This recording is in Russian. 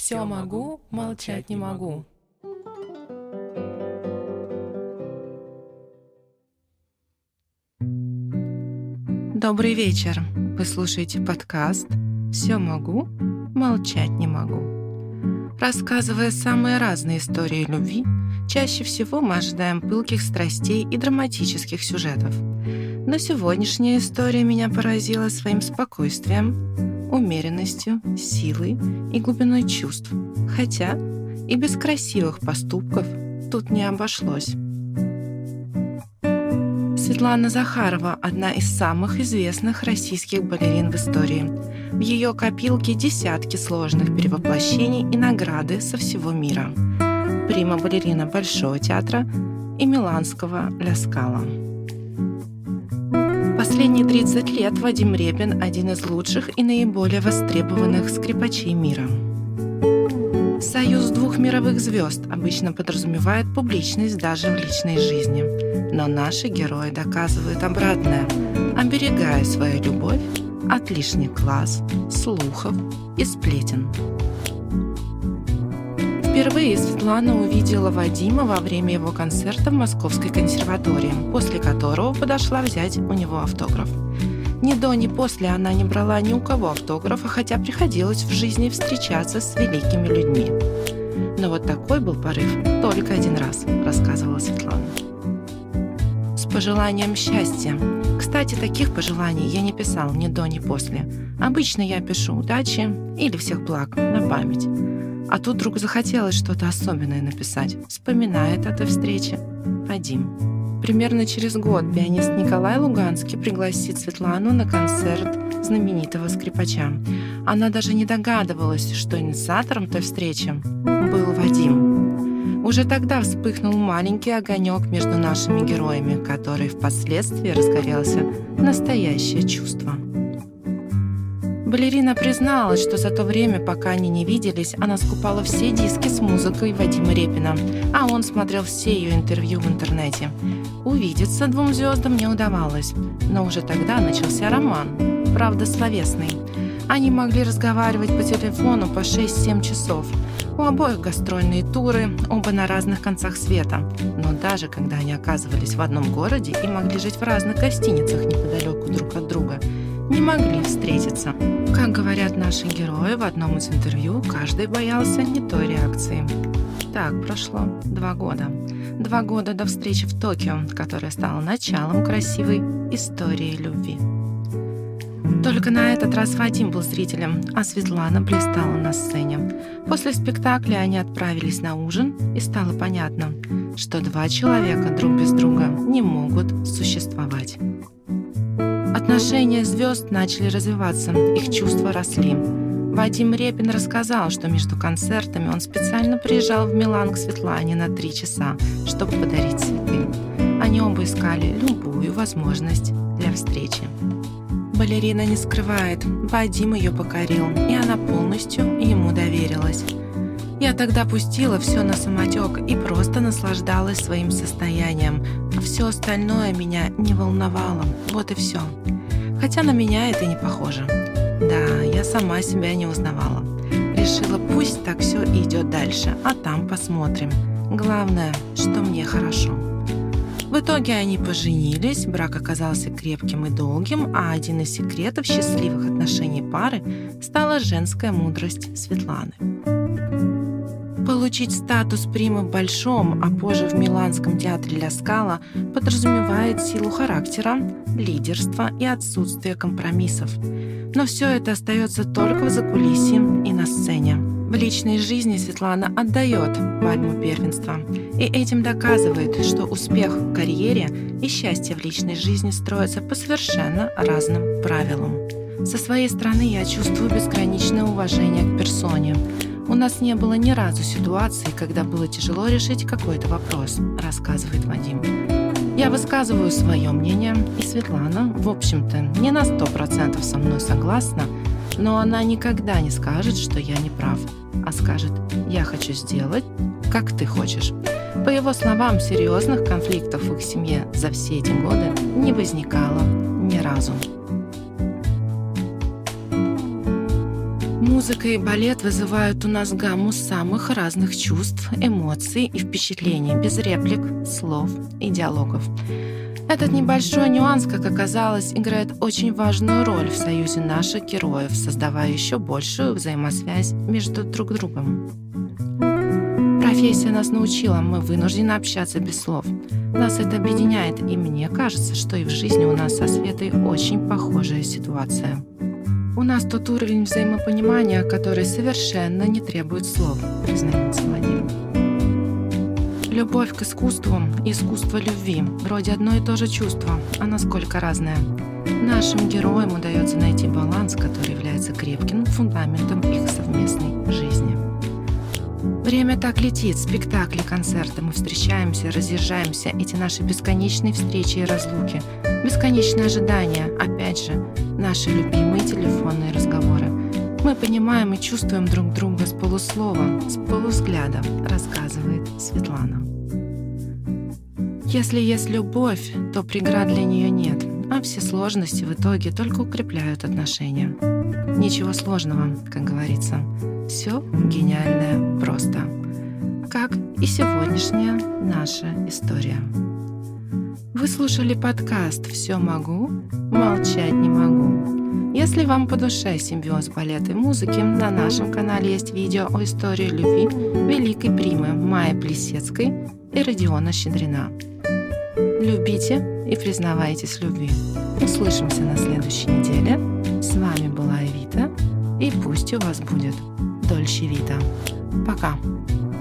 Все могу, молчать не могу. Добрый вечер. Вы слушаете подкаст «Все могу, молчать не могу». Рассказывая самые разные истории любви, чаще всего мы ожидаем пылких страстей и драматических сюжетов. Но сегодняшняя история меня поразила своим спокойствием, умеренностью, силой и глубиной чувств. Хотя и без красивых поступков тут не обошлось. Светлана Захарова – одна из самых известных российских балерин в истории. В ее копилке десятки сложных перевоплощений и награды со всего мира. Прима-балерина Большого театра и миланского Ля Скала. Последние 30 лет Вадим Репин – один из лучших и наиболее востребованных скрипачей мира. Союз двух мировых звезд обычно подразумевает публичность даже в личной жизни. Но наши герои доказывают обратное, оберегая свою любовь от лишних глаз, слухов и сплетен. Впервые Светлана увидела Вадима во время его концерта в Московской консерватории, после которого подошла взять у него автограф. Ни до, ни после она не брала ни у кого автографа, хотя приходилось в жизни встречаться с великими людьми. Но вот такой был порыв только один раз, рассказывала Светлана. С пожеланием счастья. Кстати, таких пожеланий я не писал ни до, ни после. Обычно я пишу удачи или всех благ на память. А тут вдруг захотелось что-то особенное написать. Вспоминает о той встрече Вадим. Примерно через год пианист Николай Луганский пригласит Светлану на концерт знаменитого скрипача. Она даже не догадывалась, что инициатором той встречи был Вадим. Уже тогда вспыхнул маленький огонек между нашими героями, который впоследствии разгорелся в настоящее чувство. Балерина призналась, что за то время, пока они не виделись, она скупала все диски с музыкой Вадима Репина, а он смотрел все ее интервью в интернете. Увидеться двум звездам не удавалось, но уже тогда начался роман, правда словесный. Они могли разговаривать по телефону по 6-7 часов. У обоих гастрольные туры, оба на разных концах света. Но даже когда они оказывались в одном городе и могли жить в разных гостиницах неподалеку друг от друга, не могли встретиться. Как говорят наши герои в одном из интервью, каждый боялся не той реакции. Так прошло 2 года. 2 года до встречи в Токио, которая стала началом красивой истории любви. Только на этот раз Вадим был зрителем, а Светлана блистала на сцене. После спектакля они отправились на ужин, и стало понятно, что 2 человека друг без друга не могут существовать. Отношения звезд начали развиваться, их чувства росли. Вадим Репин рассказал, что между концертами он специально приезжал в Милан к Светлане на 3 часа, чтобы подарить цветы. Они оба искали любую возможность для встречи. Балерина не скрывает, Вадим ее покорил, и она полностью ему доверилась. Я тогда пустила все на самотек и просто наслаждалась своим состоянием, а все остальное меня не волновало, вот и все. Хотя на меня это не похоже. Да, я сама себя не узнавала. Решила, пусть так все и идет дальше, а там посмотрим. Главное, что мне хорошо. В итоге они поженились, брак оказался крепким и долгим, а один из секретов счастливых отношений пары стала женская мудрость Светланы. Получить статус примы в Большом, а позже в Миланском театре Ля Скала подразумевает силу характера, лидерство и отсутствие компромиссов. Но все это остается только в закулисье и на сцене. В личной жизни Светлана отдает пальму первенства и этим доказывает, что успех в карьере и счастье в личной жизни строятся по совершенно разным правилам. Со своей стороны я чувствую безграничное уважение к персоне. У нас не было ни разу ситуации, когда было тяжело решить какой-то вопрос, рассказывает Вадим. Я высказываю свое мнение, и Светлана, в общем-то, не на 100% со мной согласна, но она никогда не скажет, что я не прав, а скажет: «Я хочу сделать, как ты хочешь». По его словам, серьезных конфликтов в их семье за все эти годы не возникало ни разу. Музыка и балет вызывают у нас гамму самых разных чувств, эмоций и впечатлений, без реплик, слов и диалогов. Этот небольшой нюанс, как оказалось, играет очень важную роль в союзе наших героев, создавая еще большую взаимосвязь между друг другом. Профессия нас научила, мы вынуждены общаться без слов. Нас это объединяет, и мне кажется, что и в жизни у нас со Светой очень похожая ситуация. У нас тот уровень взаимопонимания, который совершенно не требует слов, признается Вадим. Любовь к искусству и искусство любви – вроде одно и то же чувство, а насколько разное. Нашим героям удается найти баланс, который является крепким фундаментом их совместной жизни. Время так летит, спектакли, концерты, мы встречаемся, разъезжаемся, эти наши бесконечные встречи и разлуки, бесконечные ожидания, опять же, наши любимые телефонные разговоры. Мы понимаем и чувствуем друг друга с полуслова, с полувзгляда, рассказывает Светлана. Если есть любовь, то преград для нее нет, а все сложности в итоге только укрепляют отношения. Ничего сложного, как говорится. Все гениальное просто. Как и сегодняшняя наша история. Вы слушали подкаст «Все могу, молчать не могу». Если вам по душе симбиоз балета и музыки, на нашем канале есть видео о истории любви великой примы Майи Плисецкой и Родиона Щедрина. Любите и признавайтесь в любви. Услышимся на следующей неделе. С вами была Эвита, и пусть у вас будет Дольче Вита. Пока!